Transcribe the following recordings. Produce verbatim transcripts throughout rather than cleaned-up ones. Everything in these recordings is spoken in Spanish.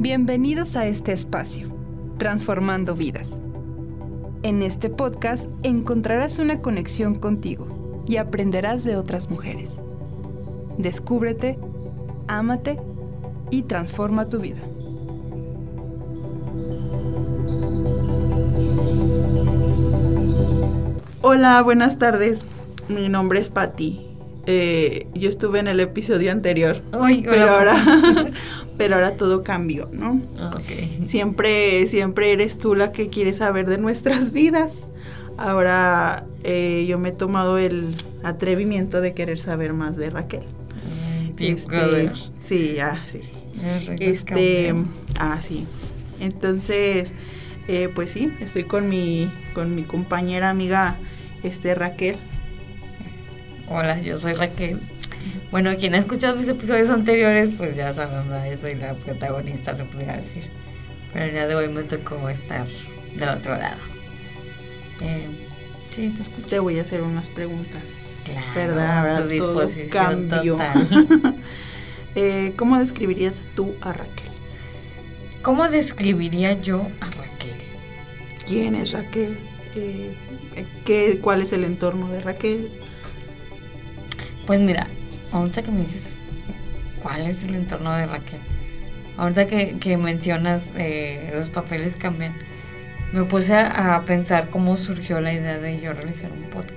Bienvenidos a este espacio, Transformando Vidas. En este podcast encontrarás una conexión contigo y aprenderás de otras mujeres. Descúbrete, ámate y transforma tu vida. Hola, buenas tardes. Mi nombre es Patti. Eh, yo estuve en el episodio anterior, Uy, pero hola. ahora, pero ahora todo cambió, ¿no? Okay. Siempre, siempre eres tú la que quiere saber de nuestras vidas. Ahora eh, yo me he tomado el atrevimiento de querer saber más de Raquel. Ay, Este, sí, ah, sí. Este, ah, sí. Entonces, eh, pues sí, estoy con mi, con mi compañera amiga, este, Raquel. Hola, yo soy Raquel. Bueno, quien ha escuchado mis episodios anteriores, pues ya saben, ¿verdad? Yo soy la protagonista, se podría decir. Pero el día de hoy me tocó estar del otro lado. Eh, sí, te escucho. Te voy a hacer unas preguntas. Claro, ¿verdad? a tu Ahora disposición todo cambió. total. eh, ¿Cómo describirías tú a Raquel? ¿Cómo describiría yo a Raquel? ¿Quién es Raquel? Eh, ¿qué, ¿Cuál es el entorno de Raquel? Pues mira, ahorita que me dices cuál es el entorno de Raquel, ahorita que, que mencionas eh, los papeles cambian, me puse a, a pensar cómo surgió la idea de yo realizar un podcast.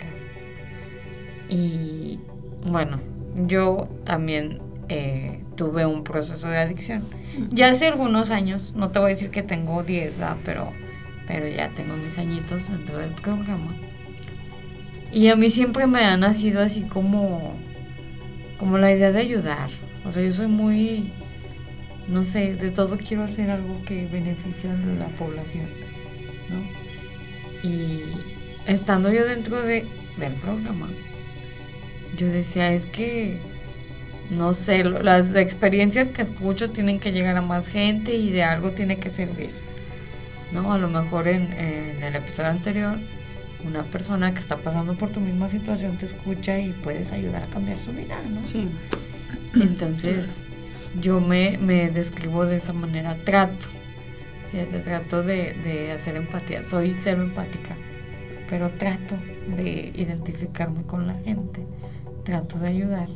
Y bueno, yo también eh, tuve un proceso de adicción. Ya hace algunos años, no te voy a decir que tengo diez, ¿verdad? pero, pero ya tengo mis añitos dentro del programa. Y a mí siempre me ha nacido así como, como la idea de ayudar. O sea, yo soy muy, no sé, de todo quiero hacer algo que beneficie a la población, ¿no? Y estando yo dentro de, del programa, yo decía, es que, no sé, las experiencias que escucho tienen que llegar a más gente y de algo tiene que servir, ¿no? A lo mejor en, en el episodio anterior, una persona que está pasando por tu misma situación te escucha y puedes ayudar a cambiar su vida, ¿no? Sí. Entonces, yo me, me describo de esa manera, trato, fíjate, trato de, de hacer empatía, soy cero empática, pero trato de identificarme con la gente, trato de ayudar.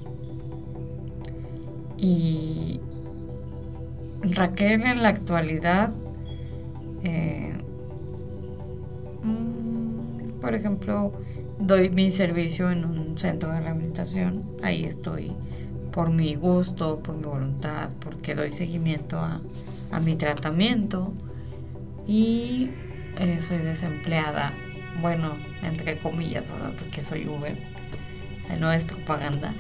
Y Raquel en la actualidad, eh, por ejemplo, doy mi servicio en un centro de rehabilitación. Ahí estoy por mi gusto, por mi voluntad, porque doy seguimiento a, a mi tratamiento. Y eh, soy desempleada, bueno, entre comillas, ¿verdad? Porque soy Uber, no es propaganda.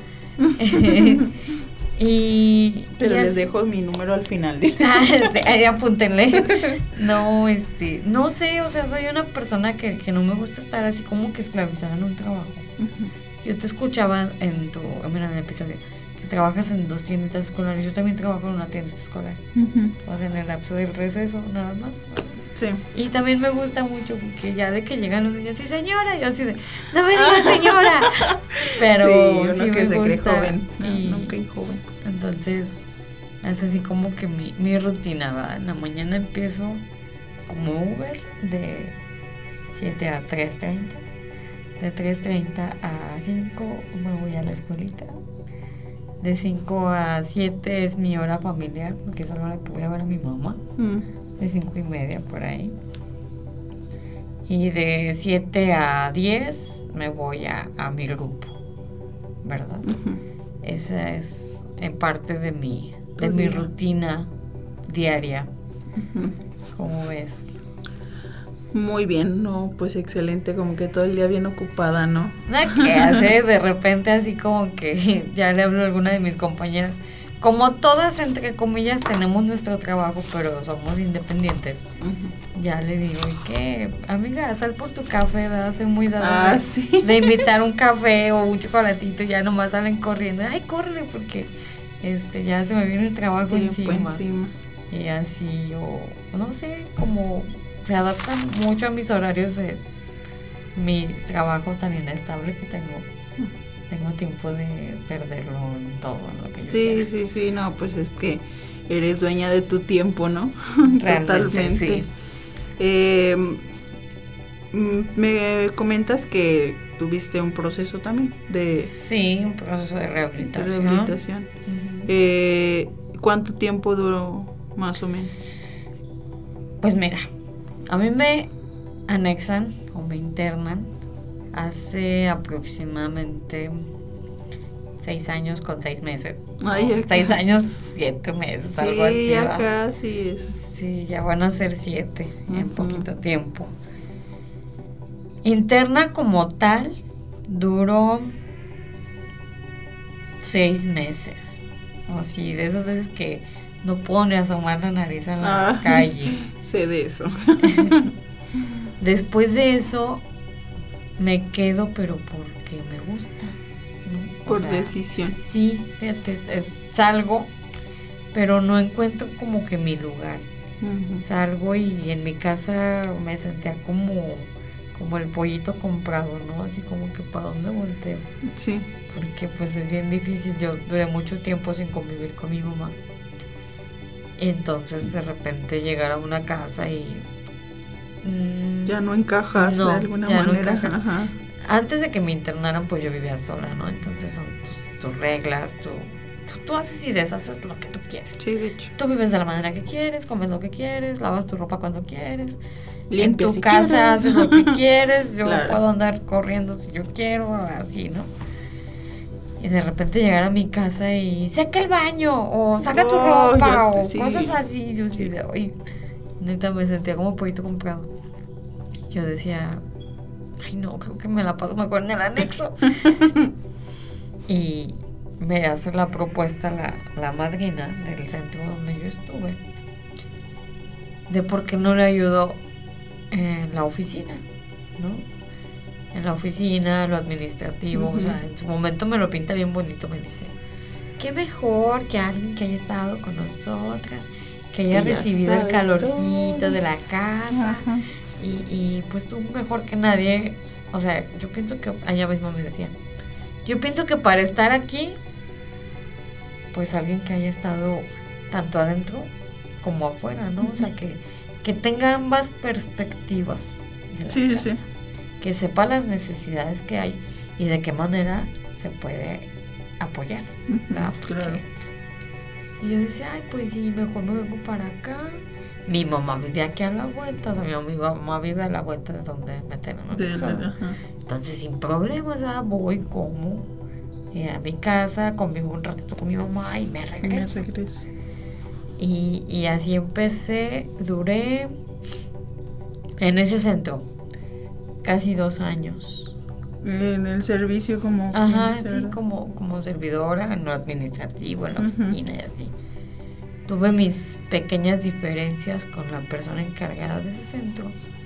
Y, pero y les así, dejo mi número al final. ah, ahí apúntenle. No, este, no sé, o sea, soy una persona que, que no me gusta estar así como que esclavizada en un trabajo. Uh-huh. Yo te escuchaba en tu, mira, en el episodio, que trabajas en dos tienditas escolares. Yo también trabajo en una tiendita escolar. Uh-huh. O sea, en el lapso del receso, nada más. Sí. Y también me gusta mucho porque ya de que llegan los niños, sí señora, yo así de, no me digas señora. Pero sí, uno sí que me se gusta. cree joven, no, y nunca en joven. Entonces, es así como que mi, mi rutina, ¿va? En la mañana empiezo como Uber de siete a tres treinta. De tres treinta a cinco me voy a la escuelita. De cinco a siete es mi hora familiar, porque es la hora que voy a ver a mi mamá. Mm. De cinco y media por ahí. Y de siete a diez me voy a, a mi grupo, ¿verdad? Uh-huh. Esa es en parte de mi, de mi rutina diaria. Uh-huh. ¿Cómo ves? Muy bien, no, pues excelente, como que todo el día bien ocupada, ¿no? ¿Qué hace? De repente así como que ya le hablo a alguna de mis compañeras. Como todas, entre comillas, tenemos nuestro trabajo, pero somos independientes. Uh-huh. Ya le digo, ¿y qué? Amiga, sal por tu café, ¿verdad? Soy muy dada ah, de, ¿sí? de invitar un café o un chocolatito, ya nomás salen corriendo. Ay, córrele, porque este ya se me viene el trabajo encima. encima. Y así, o no sé, como se adaptan mucho a mis horarios de mi trabajo tan inestable que tengo. Tengo tiempo de perderlo en todo lo que yo Sí, quiera. sí, sí, no, pues es que eres dueña de tu tiempo, ¿no? Realmente, totalmente. Sí. Eh, me comentas que tuviste un proceso también de... Sí, un proceso de rehabilitación. De rehabilitación. Uh-huh. eh, ¿Cuánto tiempo duró más o menos? Pues mira, a mí me anexan o me internan hace aproximadamente seis años con seis meses. Ay, seis años, siete meses, sí, algo así. Ya casi es. Sí, ya van a ser siete uh-huh. en poquito tiempo. Interna como tal duró seis meses. Así, de esas veces que no puedo ni asomar la nariz a la ah, calle. Sé de eso. Después de eso me quedo, pero porque me gusta, ¿no? Por sea, decisión. Sí, fíjate, salgo, pero no encuentro como que mi lugar. Uh-huh. Salgo y en mi casa me sentía como, como el pollito comprado, ¿no? Así como que ¿para dónde volteo? Sí. Porque pues es bien difícil, yo duré mucho tiempo sin convivir con mi mamá. Entonces de repente llegar a una casa y... Mmm, ya no encajas no, de alguna manera. No Ajá. Antes de que me internaran pues yo vivía sola, ¿no? Entonces son tus, tus reglas, tu, tú, tú haces y deshaces lo que tú quieres. Sí, de hecho. Tú vives de la manera que quieres, comes lo que quieres, lavas tu ropa cuando quieres. Limpia en tu si casa quieres. Haces lo que quieres, yo claro. puedo andar corriendo si yo quiero, así, ¿no? Y de repente llegar a mi casa y saca el baño, o saca tu oh, ropa, o sí. cosas así. Yo sí. sí de hoy, neta, me sentía como pollito comprado. Yo decía, ay no, creo que me la paso mejor en el anexo. Y me hace la propuesta la, la madrina del centro donde yo estuve, de por qué no le ayudo en la oficina, ¿no? En la oficina, lo administrativo, uh-huh. o sea, en su momento me lo pinta bien bonito, me dice, qué mejor que alguien que haya estado con nosotras, que haya que recibido el calorcito todo. De la casa, uh-huh. y, y pues tú mejor que nadie, o sea, yo pienso que, allá mismo me decían, yo pienso que para estar aquí, pues alguien que haya estado tanto adentro como afuera, ¿no? Uh-huh. O sea, que, que tenga ambas perspectivas de la sí, casa. Sí. Que sepa las necesidades que hay y de qué manera se puede apoyar, ¿verdad? Porque, claro. Y yo decía, ay, pues sí, mejor me vengo para acá. Mi mamá vive aquí a la vuelta, o sea, mi mamá vive a la vuelta de donde me tienen anexada. Entonces, sin problemas, ¿verdad? Voy, como eh, a mi casa, convivo un ratito con mi mamá y me regreso. Me regreso. Y, y así empecé, duré en ese centro casi dos años. En el servicio como... Ajá, sí, ¿verdad? como, como servidora, en lo administrativo, en la uh-huh. oficina y así. Tuve mis pequeñas diferencias con la persona encargada de ese centro.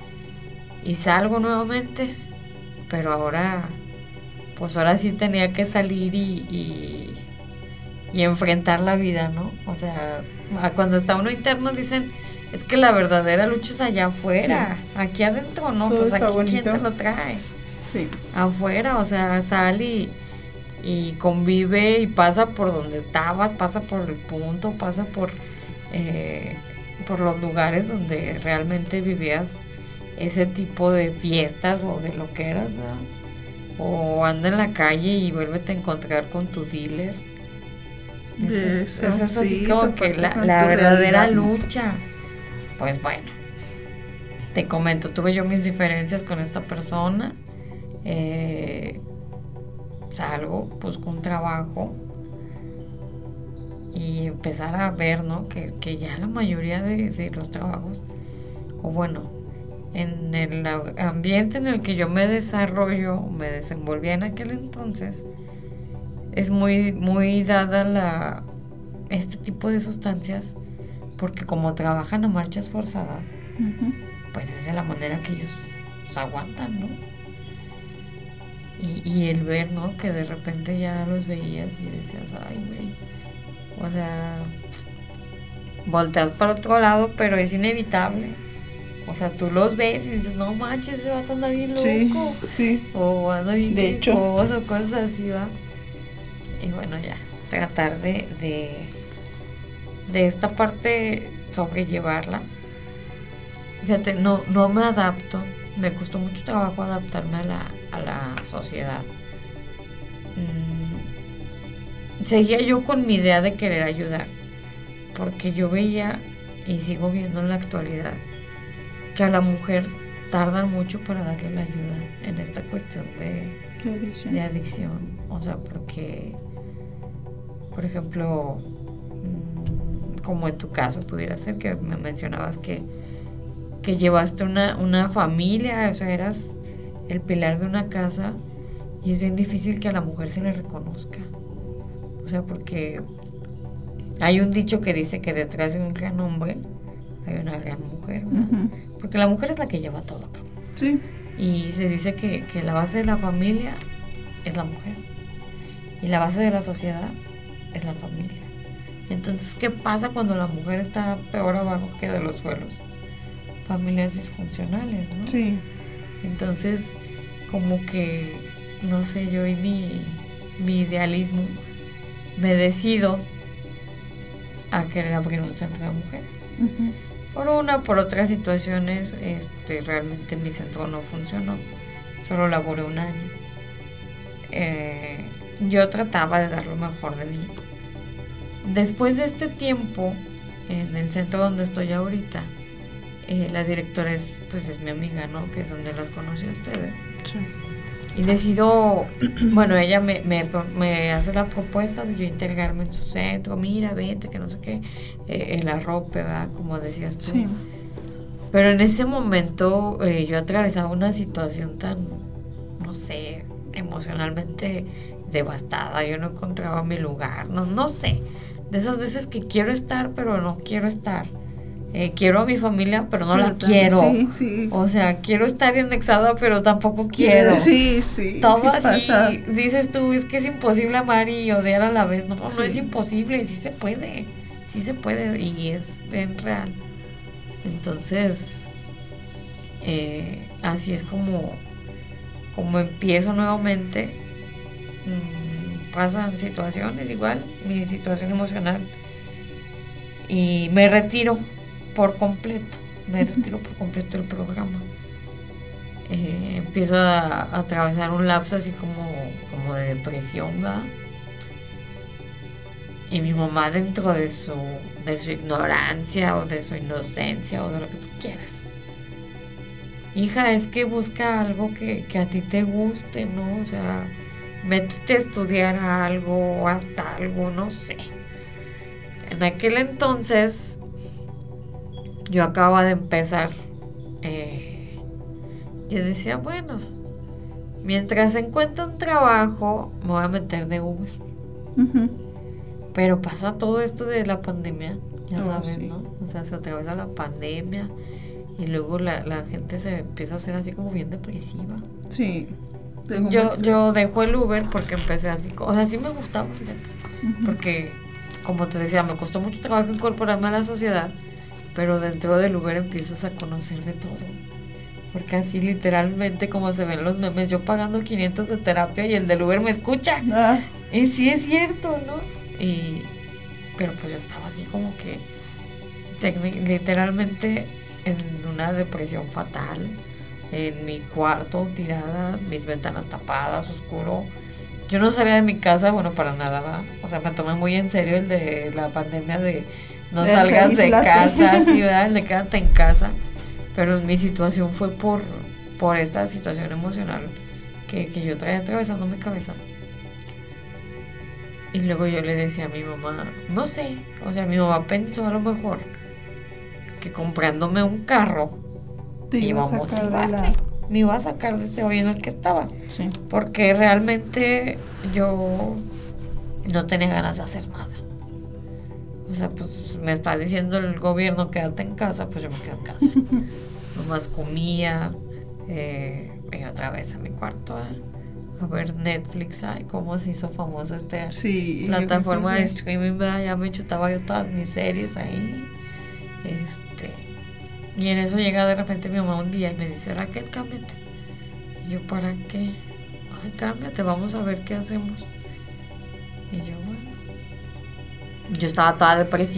Y salgo nuevamente, pero ahora, pues ahora sí tenía que salir y, y, y enfrentar la vida, ¿no? O sea, cuando está uno interno dicen... Es que la verdadera lucha es allá afuera, sí. Aquí adentro no, todo pues aquí bonito. ¿Quién te lo trae? Sí. Afuera, o sea, sal y, y convive y pasa por donde estabas, pasa por el punto, pasa por, eh, por los lugares donde realmente vivías ese tipo de fiestas o de lo que eras, ¿verdad? O anda en la calle y vuélvete a encontrar con tu dealer. Eso, eso, eso es sí, así como que la, la verdadera realidad. Lucha. Pues bueno, te comento, tuve yo mis diferencias con esta persona, eh, salgo, busco un trabajo y empezar a ver, ¿no? Que, que ya la mayoría de, de los trabajos, o bueno, en el ambiente en el que yo me desarrollo, me desenvolvía en aquel entonces, es muy, muy dada la, este tipo de sustancias. Porque como trabajan a marchas forzadas, uh-huh. pues esa es la manera que ellos se aguantan, ¿no? Y, y el ver, ¿no? Que de repente ya los veías y decías, ay, güey. O sea, volteas para otro lado, pero es inevitable. O sea, tú los ves y dices, no manches, ese vato anda bien loco. Sí, sí. O anda bien de hecho. o cosas así, va. Y bueno, ya, tratar de... de de esta parte sobrellevarla. Fíjate, no, no me adapto, me costó mucho trabajo adaptarme a la, a la sociedad. Mm, seguía yo con mi idea de querer ayudar, porque yo veía, y sigo viendo en la actualidad, que a la mujer tardan mucho para darle la ayuda en esta cuestión de, ¿Qué adicción? de adicción. O sea, porque, por ejemplo, mmm, como en tu caso pudiera ser, que me mencionabas que, que llevaste una, una familia, o sea, eras el pilar de una casa, y es bien difícil que a la mujer se le reconozca. O sea, porque hay un dicho que dice que detrás de un gran hombre hay una gran mujer, ¿verdad? Uh-huh. Porque la mujer es la que lleva todo a cabo. Sí. Y se dice que, que la base de la familia es la mujer. Y la base de la sociedad es la familia. Entonces, ¿qué pasa cuando la mujer está peor abajo que de los suelos? Familias disfuncionales, ¿no? Sí. Entonces, como que, no sé, yo y mi, mi idealismo, me decido a querer abrir un centro de mujeres. Uh-huh. Por una, por otras situaciones, este, realmente mi centro no funcionó. Solo laboré un año. Eh, yo trataba de dar lo mejor de mí. Después de este tiempo, en el centro donde estoy ahorita, eh, la directora es, pues es mi amiga, ¿no? Que es donde las conocí a ustedes. Sí. Y decido, bueno, ella me, me, me hace la propuesta de yo integrarme en su centro. Mira, vete, que no sé qué, eh, el arrope, ¿verdad? Como decías tú. Sí. Pero en ese momento eh, yo atravesaba una situación tan, no sé, emocionalmente devastada. Yo no encontraba mi lugar, no, no sé. De esas veces que quiero estar, pero no quiero estar. Eh, quiero a mi familia, pero no pero la quiero. Sí, sí. O sea, quiero estar indexada, pero tampoco quiero. Sí, sí. Todo sí así. Pasa. Dices tú, es que es imposible amar y odiar a la vez. No, no, sí. no es imposible, sí se puede. Sí se puede y es bien real. Entonces, eh, así es como, como empiezo nuevamente. Mmm, pasan situaciones igual, mi situación emocional. Y me retiro por completo, me retiro por completo del programa. Eh, empiezo a, a atravesar un lapso así como, como de depresión, ¿verdad? Y mi mamá, dentro de su, de su ignorancia o de su inocencia o de lo que tú quieras, hija, es que busca algo que, que a ti te guste, ¿no? O sea, métete a estudiar algo, haz algo, no sé. En aquel entonces yo acababa de empezar, eh, yo decía, bueno, mientras encuentre un trabajo me voy a meter de Uber. Uh-huh. Pero pasa todo esto de la pandemia, ya oh, sabes, sí. ¿no? O sea, se atraviesa la pandemia y luego la, la gente se empieza a hacer así como bien depresiva. Sí. Yo, yo dejo el Uber porque empecé así, o sea, sí me gustaba, fíjate, uh-huh. porque, como te decía, me costó mucho trabajo incorporarme a la sociedad, pero dentro del Uber empiezas a conocer de todo. Porque así literalmente, como se ven los memes, yo pagando quinientos de terapia y el del Uber me escucha. Ah. Y sí es cierto, ¿no? Y, pero pues yo estaba así como que tecnic- literalmente en una depresión fatal, en mi cuarto tirada, mis ventanas tapadas, oscuro. Yo no salía de mi casa, bueno, para nada, ¿va? O sea, me tomé muy en serio el de la pandemia de no de salgas de casa, sí, ¿verdad? El de quédate en casa. Pero mi situación fue por, por esta situación emocional que, que yo traía atravesando mi cabeza. Y luego yo le decía a mi mamá, no sé, o sea, mi mamá pensó a lo mejor que comprándome un carro te me iba a motivar, la... me iba a sacar de ese hoyo en el que estaba. Sí. Porque realmente yo no tenía ganas de hacer nada. O sea, pues me está diciendo el gobierno quédate en casa, pues yo me quedo en casa. Nomás comía, eh, y otra vez a mi cuarto a, a ver Netflix. Ay, cómo se hizo famosa esta sí, plataforma de streaming, ¿verdad? Ya me chutaba yo todas mis series ahí. Este, y en eso llega de repente mi mamá un día y me dice, Raquel, cámbiate. Y yo, ¿para qué? Ay, cámbiate, vamos a ver qué hacemos. Y yo, bueno. Yo estaba toda depresiva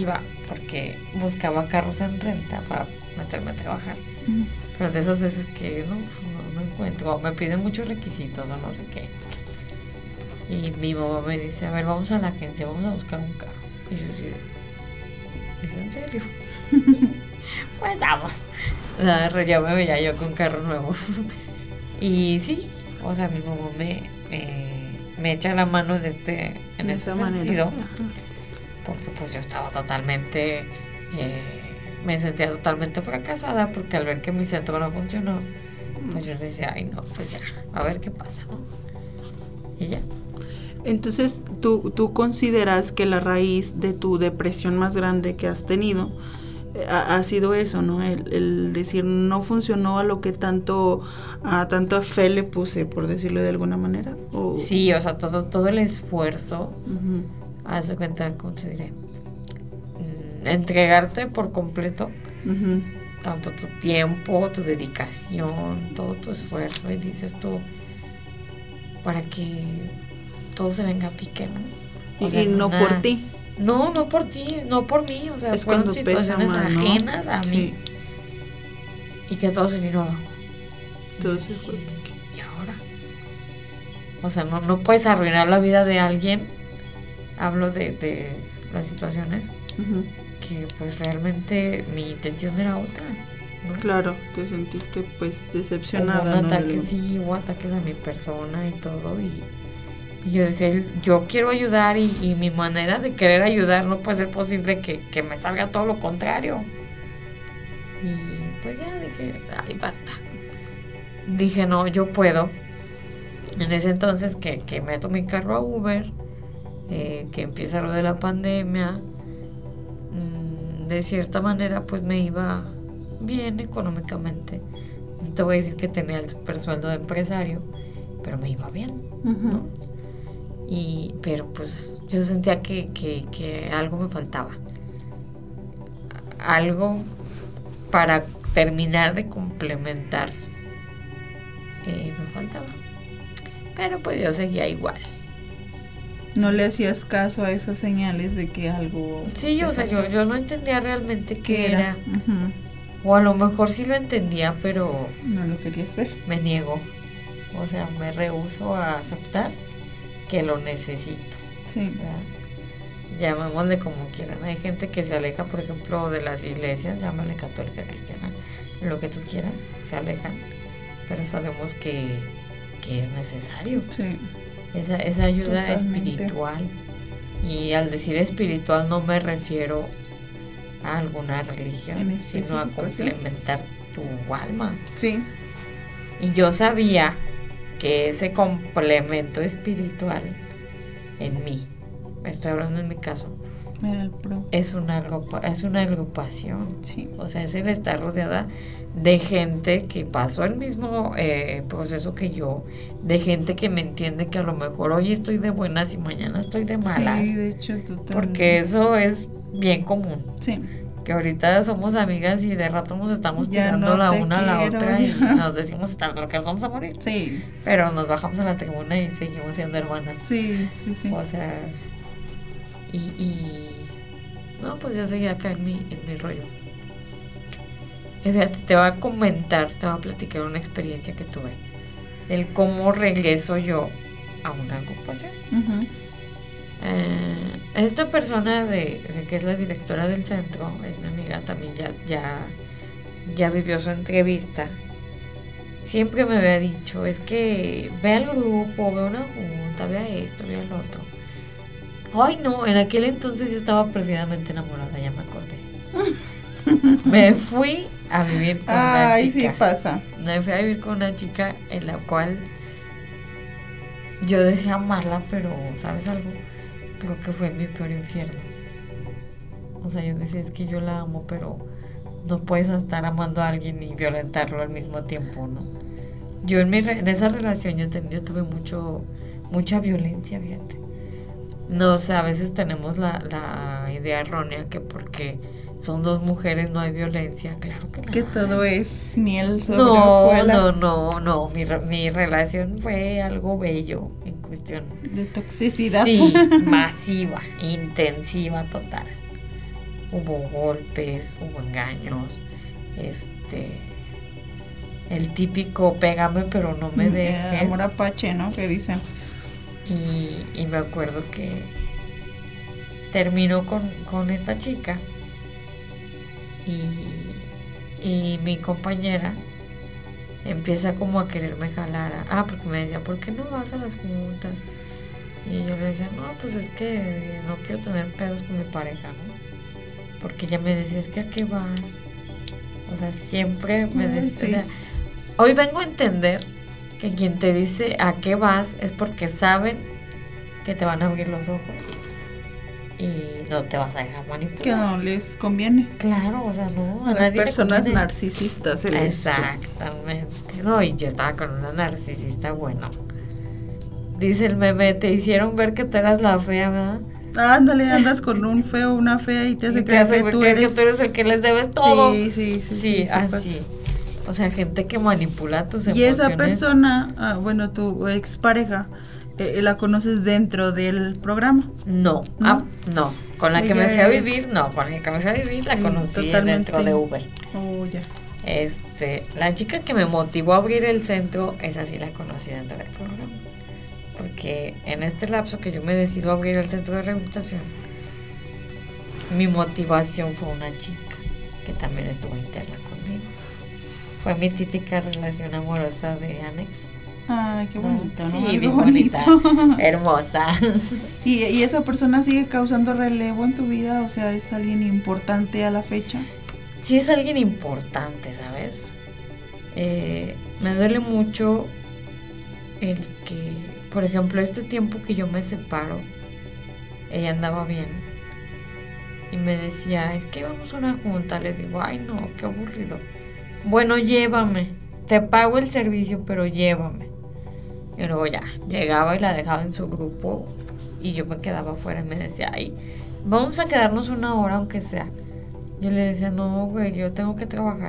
porque buscaba carros en renta para meterme a trabajar. Uh-huh. Pero de esas veces que no, no, no encuentro, o me piden muchos requisitos o no sé qué. Y mi mamá me dice, a ver, vamos a la agencia, vamos a buscar un carro. Y yo así, ¿es en serio? Pues vamos. Ya me veía yo con carro nuevo. Y sí, o sea, mi mamá me, eh, me echa la mano de este, en de este sentido. Manera. Porque pues yo estaba totalmente, eh, me sentía totalmente fracasada, porque al ver que mi centro no funcionó, pues yo decía, ay no, pues ya, a ver qué pasa, ¿no? Y ya. Entonces, ¿tú, tú consideras que la raíz de tu depresión más grande que has tenido ha, ha sido eso, ¿no? El, el decir, no funcionó a lo que tanto, a tanto fe le puse, por decirlo de alguna manera. ¿O? Sí, o sea, todo, todo el esfuerzo, uh-huh. haz de cuenta, ¿cómo te diré? Mm, entregarte por completo, uh-huh. tanto tu tiempo, tu dedicación, todo tu esfuerzo, y dices tú, para que todo se venga a pique, ¿no? O sea, y no una, por ti. No, no por ti, no por mí, o sea, es fueron situaciones más, ajenas, ¿no?, a mí. Sí. Y que todo se vino abajo. Todo se fue. Y ahora, o sea, no, no puedes arruinar la vida de alguien. Hablo de, de las situaciones, uh-huh. que pues realmente mi intención era otra, ¿no? Claro, te sentiste pues decepcionada. Hubo un ataque, ¿no? Sí, hubo ataques a mi persona y todo, y Y yo decía, yo quiero ayudar y, y mi manera de querer ayudar no puede ser posible que, que me salga todo lo contrario. Y pues ya dije, ay, basta. Dije, no, yo puedo. En ese entonces que, que meto mi carro a Uber, eh, que empieza lo de la pandemia, mmm, de cierta manera pues me iba bien económicamente. No te voy a decir que tenía el super sueldo de empresario, pero me iba bien, uh-huh. ¿no? Y, pero pues yo sentía que, que, que algo me faltaba, algo para terminar de complementar, eh, me faltaba, pero pues yo seguía igual. ¿No le hacías caso a esas señales de que algo? Sí, o sea, yo, yo no entendía realmente qué, qué era, era. Uh-huh. O a lo mejor sí lo entendía, pero no lo querías ver. Me niego, o sea, me rehúso a aceptar que lo necesito. Sí. ¿Verdad? Llamémosle como quieran. Hay gente que se aleja, por ejemplo, de las iglesias, llámale católica, cristiana, lo que tú quieras, se alejan, pero sabemos que, que es necesario. Sí. Esa, esa ayuda Totalmente. espiritual. Y al decir espiritual no me refiero a alguna religión, sino a complementar, ¿sí?, tu alma. Sí. Y yo sabía que ese complemento espiritual en mí, estoy hablando en mi caso, era el pro. es una agrupa, es una agrupación, sí. O sea, es el estar rodeada de gente que pasó el mismo eh, proceso que yo, de gente que me entiende que a lo mejor hoy estoy de buenas y mañana estoy de malas. Sí, de hecho, totalmente. Porque eso es bien común. Sí. Que ahorita somos amigas y de rato nos estamos ya tirando no la una quiero, a la otra, ya. y nos decimos hasta lo que nos vamos a morir. Sí. Pero nos bajamos a la tribuna y seguimos siendo hermanas. Sí, sí, sí. O sea, y, y no, pues yo seguí acá en mi, en mi rollo. Y fíjate, te voy a comentar, te voy a platicar una experiencia que tuve, del cómo regreso yo a una ocupación. Uh-huh. Eh, esta persona de, de que es la directora del centro, es mi amiga, también ya, ya, ya vivió su entrevista. Siempre me había dicho, es que ve al grupo, ve una junta, vea esto, vea el otro. Ay no, en aquel entonces yo estaba perdidamente enamorada, ya me acordé. Me fui a vivir con una Ay, chica. sí pasa. Me fui a vivir con una chica en la cual yo decía amarla, pero ¿sabes algo? Creo que fue mi peor infierno. O sea, yo decía, es que yo la amo, pero no puedes estar amando a alguien y violentarlo al mismo tiempo, ¿no? Yo en, mi re- en esa relación yo, ten- yo tuve mucho mucha violencia, fíjate. No, o sea, a veces tenemos la, la idea errónea que porque son dos mujeres no hay violencia. Claro que no. Que todo es miel sobre No, hojuelas. no, no, no. Mi, re- mi relación fue algo bello en cuestión De toxicidad. Sí, masiva, intensiva, total. hubo golpes, hubo engaños, este, el típico pégame pero no me dejes. Amor apache, ¿no? Que dicen. Y, y me acuerdo que terminó con, con esta chica y, y mi compañera empieza como a quererme jalar. A, ah, porque me decía, ¿por qué no vas a las juntas? Y yo le decía, no, pues es que no quiero tener pedos con mi pareja, ¿no? Porque ella me decía, es que ¿a qué vas? O sea, siempre me decía, sí. O sea, hoy vengo a entender que quien te dice a qué vas es porque saben que te van a abrir los ojos y no te vas a dejar manipular. Que no les conviene. Claro, o sea, no. A las nadie personas le narcisistas. Se les... Exactamente. No, y yo estaba con una narcisista, bueno. Dice el meme, te hicieron ver que tú eras la fea, ¿verdad? Ándale, andas con un feo, una fea y te hace creer que tú eres... que tú eres el que les debes todo. Sí, sí, sí. Sí, sí, así. O sea, gente que manipula tus y emociones. Y esa persona, ah, bueno, tu expareja, eh, ¿la conoces dentro del programa? No, ¿no? Ah, no. Con la Ella que me fui a vivir, no. Con la que me fui a vivir la conocí totalmente dentro de Uber. Oh, ya. Este, la chica que me motivó a abrir el centro, esa sí la conocí dentro del programa. Porque en este lapso que yo me decido abrir el centro de rehabilitación, mi motivación fue una chica que también estuvo interna conmigo. Fue mi típica relación amorosa de anexo. Ay, qué bonita, ¿no? Sí, Algo bien bonita, bonito. hermosa. ¿Y, ¿Y esa persona sigue causando relevo en tu vida? O sea, ¿es alguien importante a la fecha? Sí, es alguien importante, ¿sabes? Eh, me duele mucho el que, por ejemplo, este tiempo que yo me separo, ella andaba bien y me decía, es que vamos a una junta. Le digo, ay no, qué aburrido. Bueno, llévame, te pago el servicio, pero llévame. Y luego ya, llegaba y la dejaba en su grupo y yo me quedaba afuera y me decía, ay, vamos a quedarnos una hora aunque sea. Yo le decía, no, güey, yo tengo que trabajar.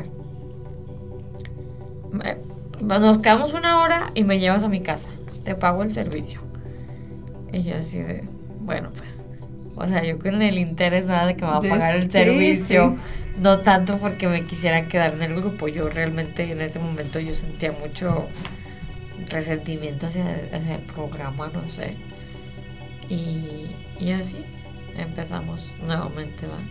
Nos quedamos una hora y me llevas a mi casa, te pago el servicio. Y yo así de, bueno, pues, o sea, yo con el interés, ¿verdad?, de que me va a pagar el servicio, sí. No tanto porque me quisiera quedar en el grupo. Yo realmente en ese momento yo sentía mucho resentimiento hacia, hacia el programa, no sé. Y, y así empezamos nuevamente, ¿va?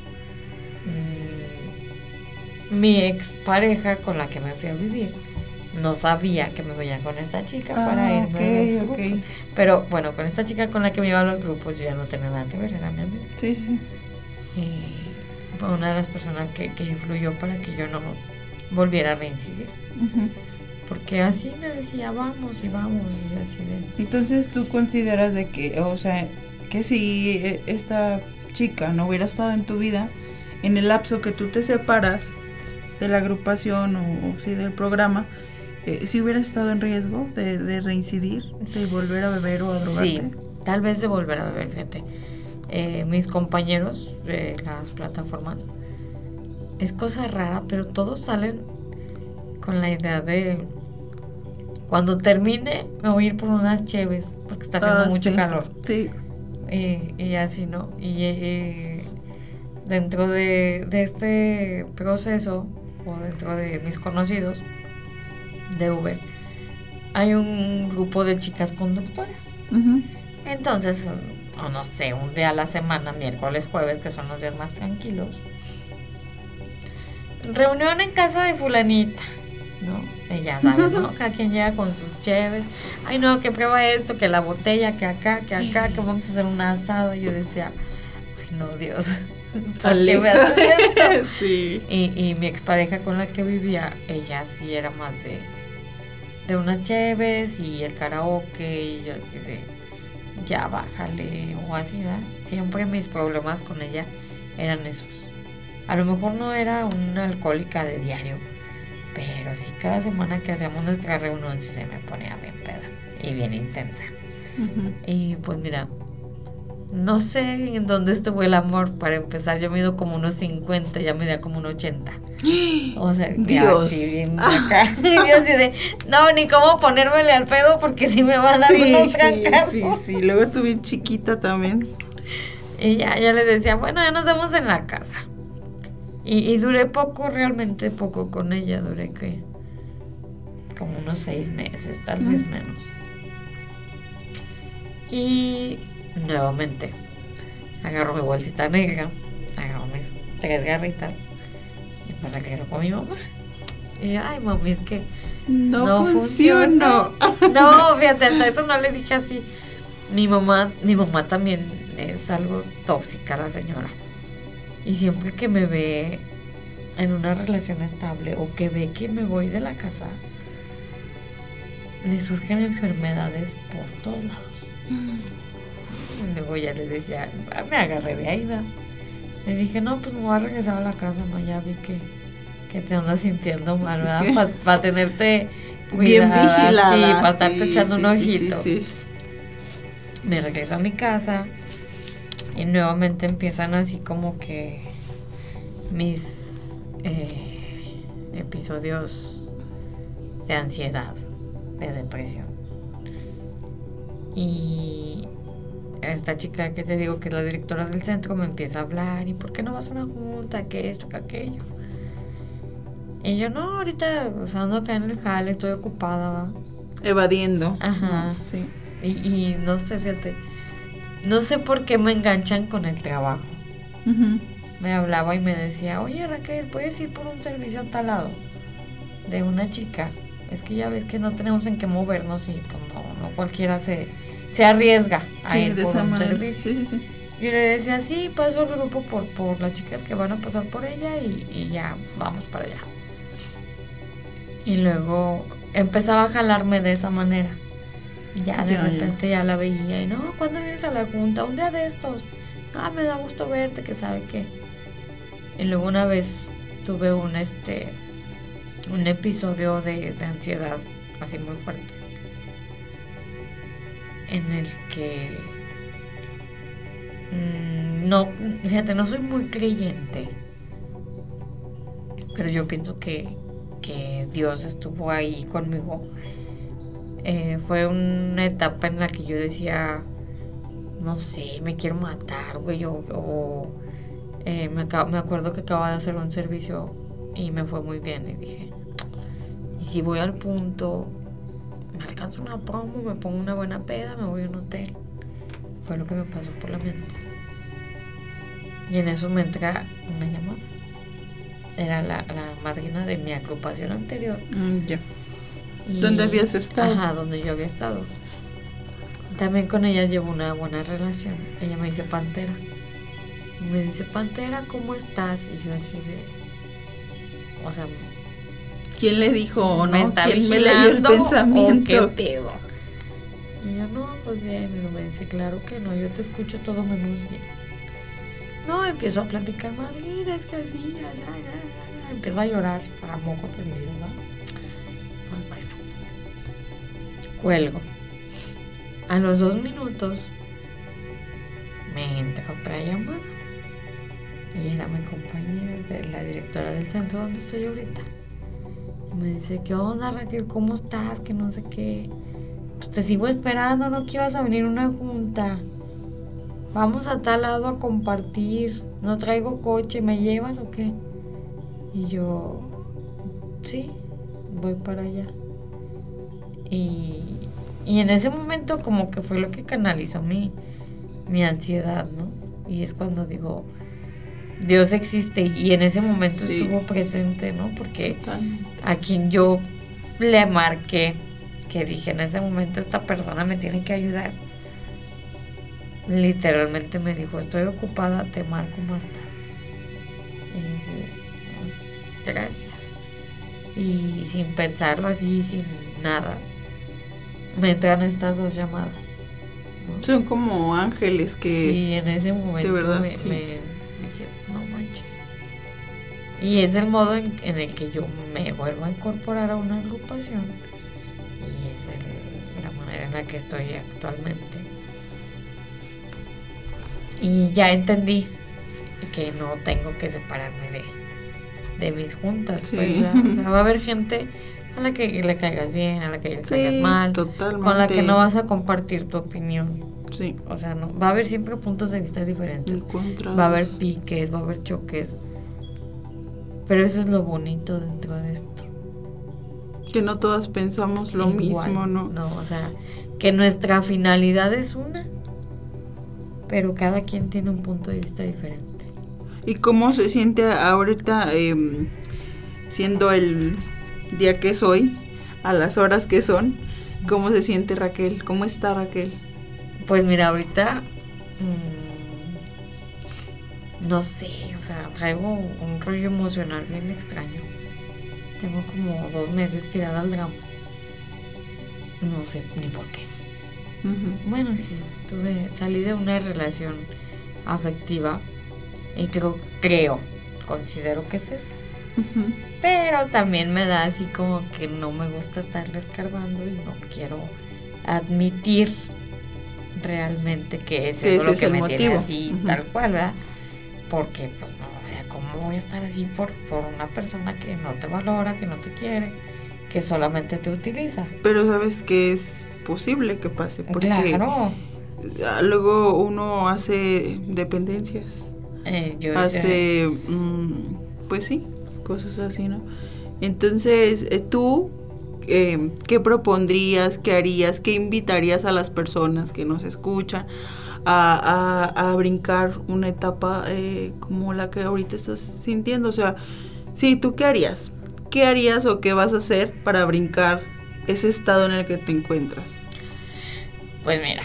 Mm, mi expareja con la que me fui a vivir no sabía que me veía con esta chica ah, para irme okay, a los okay. grupos. Pero bueno, con esta chica con la que me iba a los grupos yo ya no tenía nada que ver, era mi amiga. Sí, sí. Y fue una de las personas que, que influyó para que yo no volviera a reincidir. Uh-huh. Porque así me decía, vamos y vamos, y así de... Entonces, ¿tú consideras de que, o sea, que si esta chica no hubiera estado en tu vida, en el lapso que tú te separas de la agrupación o, o sí, del programa, eh, si hubiera estado en riesgo de, de reincidir, de volver a beber o a drogarte? Sí, tal vez de volver a beber, fíjate. Eh, mis compañeros de las plataformas, es cosa rara, pero todos salen con la idea de cuando termine me voy a ir por unas cheves porque está haciendo ah, mucho sí, calor. Sí. Y, y así, ¿no? Y eh, dentro de, de este proceso o dentro de mis conocidos de Uber hay un grupo de chicas conductoras. Uh-huh. Entonces, o no sé, un día a la semana, miércoles, jueves, que son los días más tranquilos, reunión en casa de fulanita, ¿no? Y ya sabes, ¿no? Cada quien llega con sus cheves. Ay, no, que prueba esto, que la botella, que acá, que acá, que vamos a hacer una asada. Y yo decía, ay, no, Dios, ¿por qué me haces esto? Sí. Y, y mi expareja con la que vivía, ella sí era más de, de unas cheves y el karaoke. Y yo así de, ya bájale, o así, ¿verdad? Siempre mis problemas con ella eran esos. A lo mejor no era una alcohólica de diario, pero sí cada semana que hacíamos nuestra reunión sí se me ponía bien peda y bien intensa. Uh-huh. Y pues mira, no sé en dónde estuvo el amor. Para empezar, yo mido como unos cincuenta, ya medía como unos ochenta. O sea, Dios. Así bien acá. Y yo así de, no, ni cómo ponérmele al pedo porque si me va a dar sí, unos sí, trancazos. Sí, sí, luego tú bien chiquita también. Y ya, ya le decía, bueno, ya nos vemos en la casa. Y, y duré poco, realmente poco con ella. Duré que como unos seis meses, tal mm. vez menos. Y nuevamente agarro mi bolsita negra, agarro mis tres garritas y me regreso con mi mamá. Y ay, mami, es que no, no funcionó. No, fíjate, hasta eso no le dije así. Mi mamá, mi mamá también es algo tóxica, la señora. Y siempre que me ve en una relación estable o que ve que me voy de la casa, le surgen enfermedades por todos lados. Mm. Y luego ya le decía, me agarré de ahí, ¿verdad? Le dije, no, pues me voy a regresar a la casa, ma, ya vi que, que te andas sintiendo mal, ¿verdad? Para pa tenerte cuidada, bien vigilada, sí, para estarte sí, echando sí, un ojito. Sí, sí, sí. Me regreso a mi casa y nuevamente empiezan así como que mis eh, episodios de ansiedad, de depresión. Y esta chica que te digo que es la directora del centro me empieza a hablar, ¿y por qué no vas a una junta? ¿Qué esto? ¿Qué aquello? Y yo, no, ahorita, o sea, ando acá en el jale, estoy ocupada. Evadiendo. Ajá. No, sí. Y, y no sé, fíjate, no sé por qué me enganchan con el trabajo. Uh-huh. Me hablaba y me decía, oye, Raquel, ¿puedes ir por un servicio a tal lado? De una chica. Es que ya ves que no tenemos en qué movernos y pues no, no cualquiera se, se arriesga a sí, ir de por esa un manera. servicio. Sí, sí, sí. Y le decía, sí, paso al grupo por, por las chicas que van a pasar por ella y, y ya vamos para allá. Y luego empezaba a jalarme de esa manera. Ya de ya, repente ya. ya la veía y no, ¿cuándo vienes a la junta? Un día de estos. Ah, me da gusto verte, que sabe qué. Y luego una vez tuve un este un episodio de, de ansiedad así muy fuerte, en el que mmm, no, fíjate, no soy muy creyente, pero yo pienso que, que Dios estuvo ahí conmigo. Eh, fue una etapa en la que yo decía, no sé, me quiero matar, güey, o, o eh, me, acabo, me acuerdo que acababa de hacer un servicio y me fue muy bien y dije, y si voy al punto, me alcanzo una promo, me pongo una buena peda, me voy a un hotel. Fue lo que me pasó por la mente. Y en eso me entra una llamada. Era la, la madrina de mi agrupación anterior. Mm, ya. Y, ¿dónde habías estado? Ajá, donde yo había estado. También con ella llevo una buena relación. Ella me dice Pantera. Y me dice, Pantera, ¿cómo estás? Y yo así de... O sea... ¿quién le dijo o no? ¿Me está ¿quién me leyó el pensamiento? ¿O qué pedo? Y yo, no, pues bien. Y me dice, claro que no, yo te escucho todo menos bien. No, empiezo a platicar, madrina, es que así, ya, ya, ya, ya. Empiezo a llorar para moco tendido, ¿no? Pues bueno. Cuelgo. A los dos minutos me entra otra llamada. Y era mi compañera, de la directora del centro donde estoy ahorita. Y me dice, ¿qué onda, Raquel? ¿Cómo estás? Que no sé qué. Pues te sigo esperando, ¿no? Que ibas a venir a una junta. Vamos a tal lado a compartir. No traigo coche, ¿me llevas o qué? Y yo, sí, voy para allá. Y, y en ese momento como que fue lo que canalizó mi, mi ansiedad, ¿no? Y es cuando digo, Dios existe. Y en ese momento sí. estuvo presente, ¿no? Porque totalmente. A quien yo le marqué, que dije, en ese momento esta persona me tiene que ayudar, literalmente me dijo, estoy ocupada, te marco más tarde. Y yo dije, gracias. Y sin pensarlo así, sin nada, me entran estas dos llamadas, ¿no? Son como ángeles que... sí, en ese momento de verdad, me, sí. me dije, no manches. Y es el modo en, en el que yo me vuelvo a incorporar a una agrupación. Y es el, la manera en la que estoy actualmente. Y ya entendí que no tengo que separarme de, de mis juntas. Sí. Pues, o sea, va a haber gente a la que le caigas bien, a la que le sí, caigas mal, totalmente. con la que no vas a compartir tu opinión. Sí. O sea, no, va a haber siempre puntos de vista diferentes. Encontrados. Va a haber piques, va a haber choques. Pero eso es lo bonito dentro de esto. Que no todas pensamos lo Igual, mismo, ¿no? No, o sea, que nuestra finalidad es una, pero cada quien tiene un punto de vista diferente. ¿Y cómo se siente ahorita eh, siendo el día que es hoy, a las horas que son? ¿Cómo se siente Raquel? ¿Cómo está Raquel? Pues mira, ahorita mmm, no sé, o sea, traigo un rollo emocional bien extraño. Tengo como dos meses tirada al drama. No sé ni por qué. Uh-huh. Bueno, sí, tuve, salí de una relación afectiva y creo, creo, considero que es eso. Uh-huh. Pero también me da así como que no me gusta estarle escarbando y no quiero admitir realmente que es eso lo que me tiene así, uh-huh. tal cual, ¿verdad? Porque, pues, no, o sea, ¿cómo voy a estar así por, por una persona que no te valora, que no te quiere, que solamente te utiliza? Pero sabes que es posible que pase, porque claro. luego uno hace dependencias, eh, yo hace, mmm, pues sí, cosas así, ¿no? Entonces, eh, tú, eh, ¿qué propondrías, qué harías, qué invitarías a las personas que nos escuchan a, a, a brincar una etapa eh, como la que ahorita estás sintiendo? O sea, sí, ¿tú qué harías? ¿Qué harías o qué vas a hacer para brincar ese estado en el que te encuentras? Pues mira,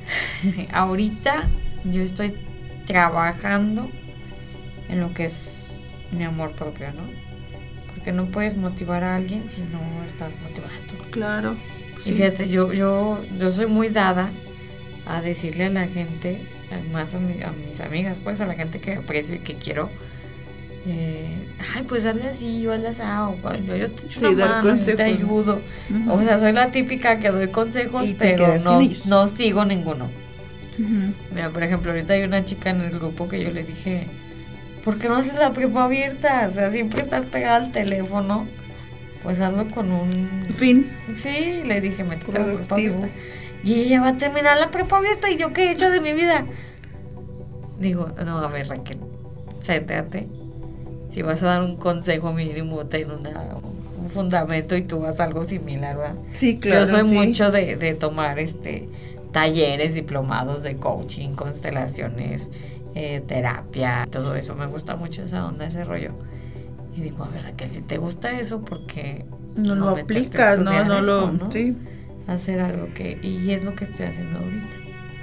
ahorita yo estoy trabajando en lo que es mi amor propio, ¿no? Porque no puedes motivar a alguien si no estás motivado tú. Claro. Sí. Y fíjate, yo, yo, yo soy muy dada a decirle a la gente, más a, mi, a mis amigas, pues a la gente que aprecio y que quiero, eh, ay, pues hazle así, yo hazle así, yo, yo te echo sí, una dar mano, consejos. Te ayudo. Uh-huh. O sea, soy la típica que doy consejos, y pero no, no sigo ninguno. Uh-huh. Mira, por ejemplo, ahorita hay una chica en el grupo que yo le dije, ¿por qué no haces la prepa abierta? O sea, siempre estás pegada al teléfono, pues hazlo con un... fin. Sí, le dije, métete a la prepa abierta. Y ella va a terminar la prepa abierta, ¿y yo qué he hecho de mi vida? Digo, no, a ver, Raquel, siéntate. Si vas a dar un consejo mínimo, ten una, un fundamento y tú vas a algo similar, ¿verdad? Sí, claro. Yo soy sí. mucho de, de tomar este talleres, diplomados de coaching, constelaciones, eh, terapia, todo eso. Me gusta mucho esa onda, ese rollo. Y digo, a ver, Raquel, si te gusta eso, porque no, no lo aplicas, no, no lo... ¿no? Sí. Hacer algo que... Y es lo que estoy haciendo ahorita.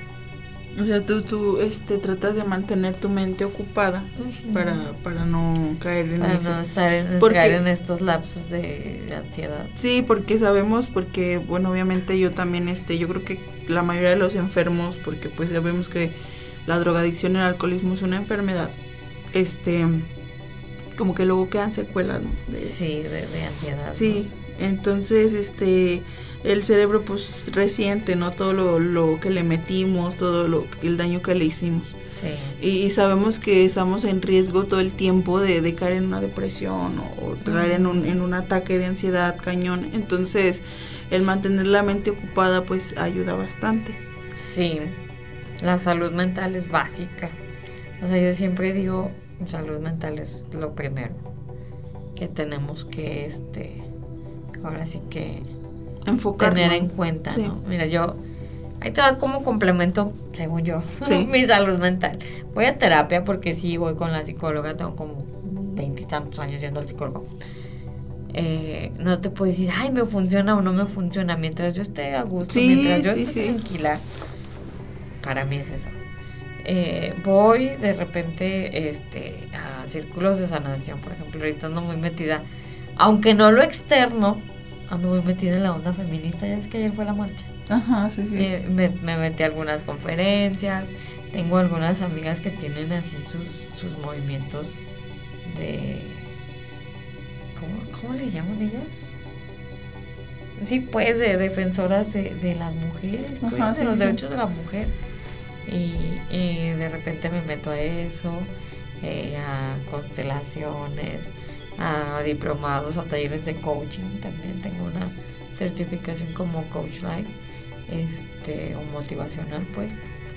O sea, tú, tú este, tratas de mantener tu mente ocupada uh-huh. para, para no caer en para eso. Para no estar en, porque, caer en estos lapsos de ansiedad. Sí, porque sabemos, porque, bueno, obviamente yo también, este, yo creo que la mayoría de los enfermos, porque pues sabemos que la drogadicción y el alcoholismo es una enfermedad, este, como que luego quedan secuelas, ¿no? De, sí, de, de ansiedad. Sí, ¿no? Entonces, este... el cerebro pues resiente, ¿no? Todo lo, lo que le metimos, todo lo el daño que le hicimos. Sí. Y, y sabemos que estamos en riesgo todo el tiempo de, de caer en una depresión o, o caer uh-huh. en un en un ataque de ansiedad cañón. Entonces, el mantener la mente ocupada pues ayuda bastante. Sí. La salud mental es básica. O sea, yo siempre digo, salud mental es lo primero que tenemos que este ahora sí que enfocar, tener en cuenta, sí. ¿no? Mira, yo ahí te va como complemento, según yo, sí. mi salud mental. Voy a terapia porque sí voy con la psicóloga, tengo como veintitantos años yendo al psicólogo. Eh, no te puedo decir, ay, me funciona o no me funciona. Mientras yo esté a gusto, sí, mientras yo sí, esté sí. tranquila, para mí es eso. Eh, voy de repente este, a círculos de sanación, por ejemplo, ahorita ando muy metida, aunque no lo externo, ando muy metida en la onda feminista. Ya ves que ayer fue la marcha. Ajá, sí, sí. Eh, me, me metí a algunas conferencias. Tengo algunas amigas que tienen así sus, sus movimientos de... ¿Cómo, cómo le llaman ellas? Sí, pues, de defensoras de, de las mujeres, pues, Ajá, de sí, los sí. derechos de la mujer. Y, y de repente me meto a eso, eh, a constelaciones, a diplomados, a talleres de coaching. También tengo una certificación como Coach Life, este, o motivacional, pues.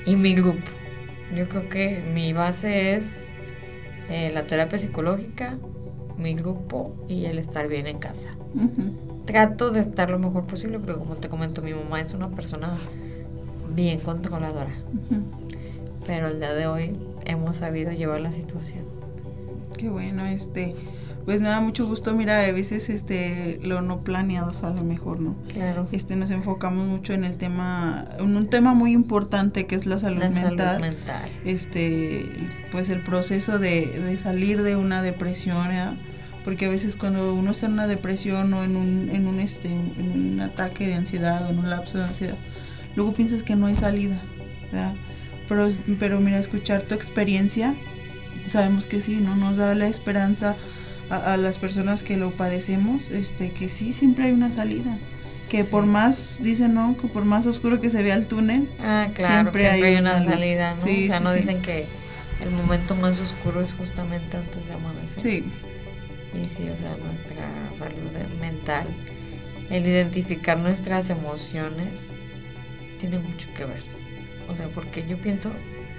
y mi grupo. Yo creo que mi base es eh, la terapia psicológica, mi grupo y el estar bien en casa. Uh-huh. Trato de estar lo mejor posible, pero como te comento, mi mamá es una persona bien controladora. Uh-huh. Pero el día de hoy hemos sabido llevar la situación. Qué bueno, este... Pues me da mucho gusto, mira, a veces este lo no planeado sale mejor, ¿no? Claro. Este nos enfocamos mucho en el tema, en un tema muy importante que es la salud la mental. Salud mental. Este, pues el proceso de, de salir de una depresión, ¿verdad? Porque a veces cuando uno está en una depresión o en un, en un este, en un ataque de ansiedad o en un lapso de ansiedad, luego piensas que no hay salida, ¿verdad? Pero, pero mira, escuchar tu experiencia, sabemos que sí, ¿no? Nos da la esperanza a, a las personas que lo padecemos, este, que sí, siempre hay una salida. Que sí. Por más, dicen, ¿no? Que por más oscuro que se vea el túnel, ah, claro, siempre, siempre hay, hay una, una salida, ¿no? Sí, o sea, sí, no sí. dicen que el momento más oscuro es justamente antes de amanecer. Sí. Y sí, o sea, nuestra salud mental, el identificar nuestras emociones, tiene mucho que ver. O sea, porque yo pienso,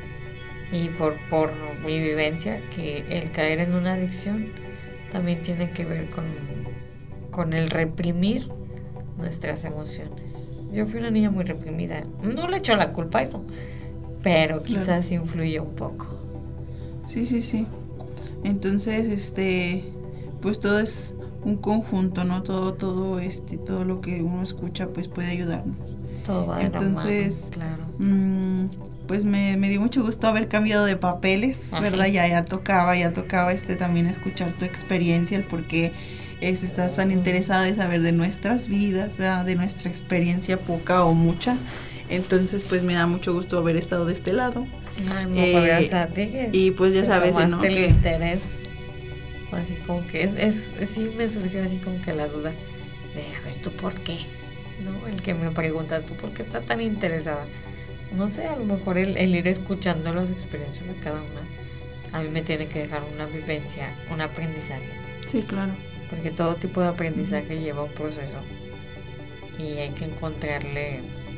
y por, por mi vivencia, que el caer en una adicción también tiene que ver con, con el reprimir nuestras emociones. Yo fui una niña muy reprimida, no le echo la culpa a eso, pero quizás claro. Influyó un poco. Sí, sí, sí. Entonces, este, pues todo es un conjunto, ¿no? Todo, todo, este, todo lo que uno escucha, pues puede ayudarnos. Todo va de Entonces, la mano, claro. Mmm, pues me, me dio mucho gusto haber cambiado de papeles, ajá. ¿Verdad? Ya, ya tocaba, ya tocaba este también escuchar tu experiencia, el por qué es, estás tan interesada en saber de nuestras vidas, ¿verdad? De nuestra experiencia, poca o mucha. Entonces, pues me da mucho gusto haber estado de este lado. Ay, no eh, podías a ti que y pues ya sabes, ¿no? el que interés, así como que es, es, es, sí me surgió así como que la duda de, a ver, ¿tú por qué? ¿No? El que me preguntas, ¿tú por qué estás tan interesada? No sé, a lo mejor el, el ir escuchando las experiencias de cada una, a mí me tiene que dejar una vivencia, un aprendizaje. Sí, claro. Porque todo tipo de aprendizaje uh-huh. lleva un proceso y hay que encontrarle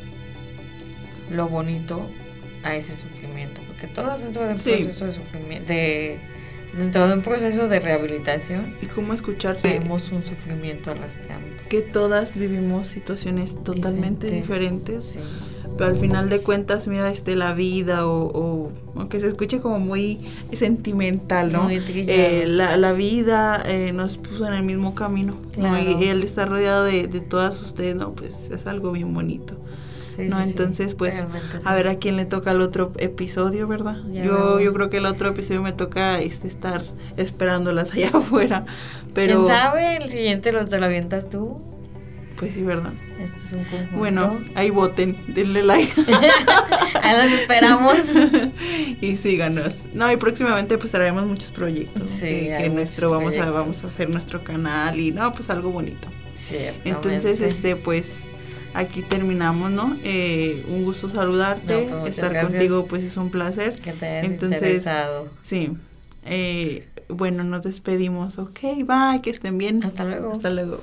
lo bonito a ese sufrimiento, porque todas dentro de un sí. proceso de sufrimiento, de, dentro de un proceso de rehabilitación. ¿Y cómo escuchar? Tenemos un sufrimiento arrastrando. Que todas vivimos situaciones totalmente diferentes. diferentes sí. Pero al final de cuentas, mira, este, la vida o, o aunque se escuche como muy sentimental, ¿no? Muy eh, la, la vida eh, nos puso en el mismo camino, claro. ¿no? Y, y el estar rodeado de, de todas ustedes, ¿no? Pues es algo bien bonito. Sí, no, sí, entonces sí, pues a sí. ver a quién le toca el otro episodio, ¿verdad? Ya yo vemos. yo creo que el otro episodio me toca este estar esperándolas allá afuera, pero quién sabe, el siguiente lo te lo avientas tú. Pues sí, ¿verdad? Este es un conjunto. Bueno, ahí voten, denle like. Ahí los esperamos. Y síganos. No, y próximamente pues haremos muchos proyectos. Sí, que, que nuestro vamos a vamos a hacer nuestro canal y no, pues algo bonito. Ciertamente. Entonces, este pues aquí terminamos, ¿no? Eh, un gusto saludarte, no, pues, estar gracias. Contigo pues es un placer. Que te hayas Entonces, interesado. Sí. Eh, bueno, nos despedimos. Ok, bye, que estén bien. Hasta luego. Hasta luego.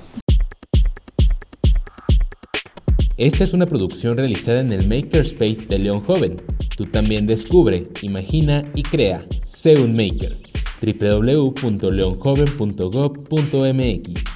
Esta es una producción realizada en el Makerspace de León Joven. Tú también descubre, imagina y crea. Sé un maker. doble u doble u doble u punto leon joven punto gob punto m x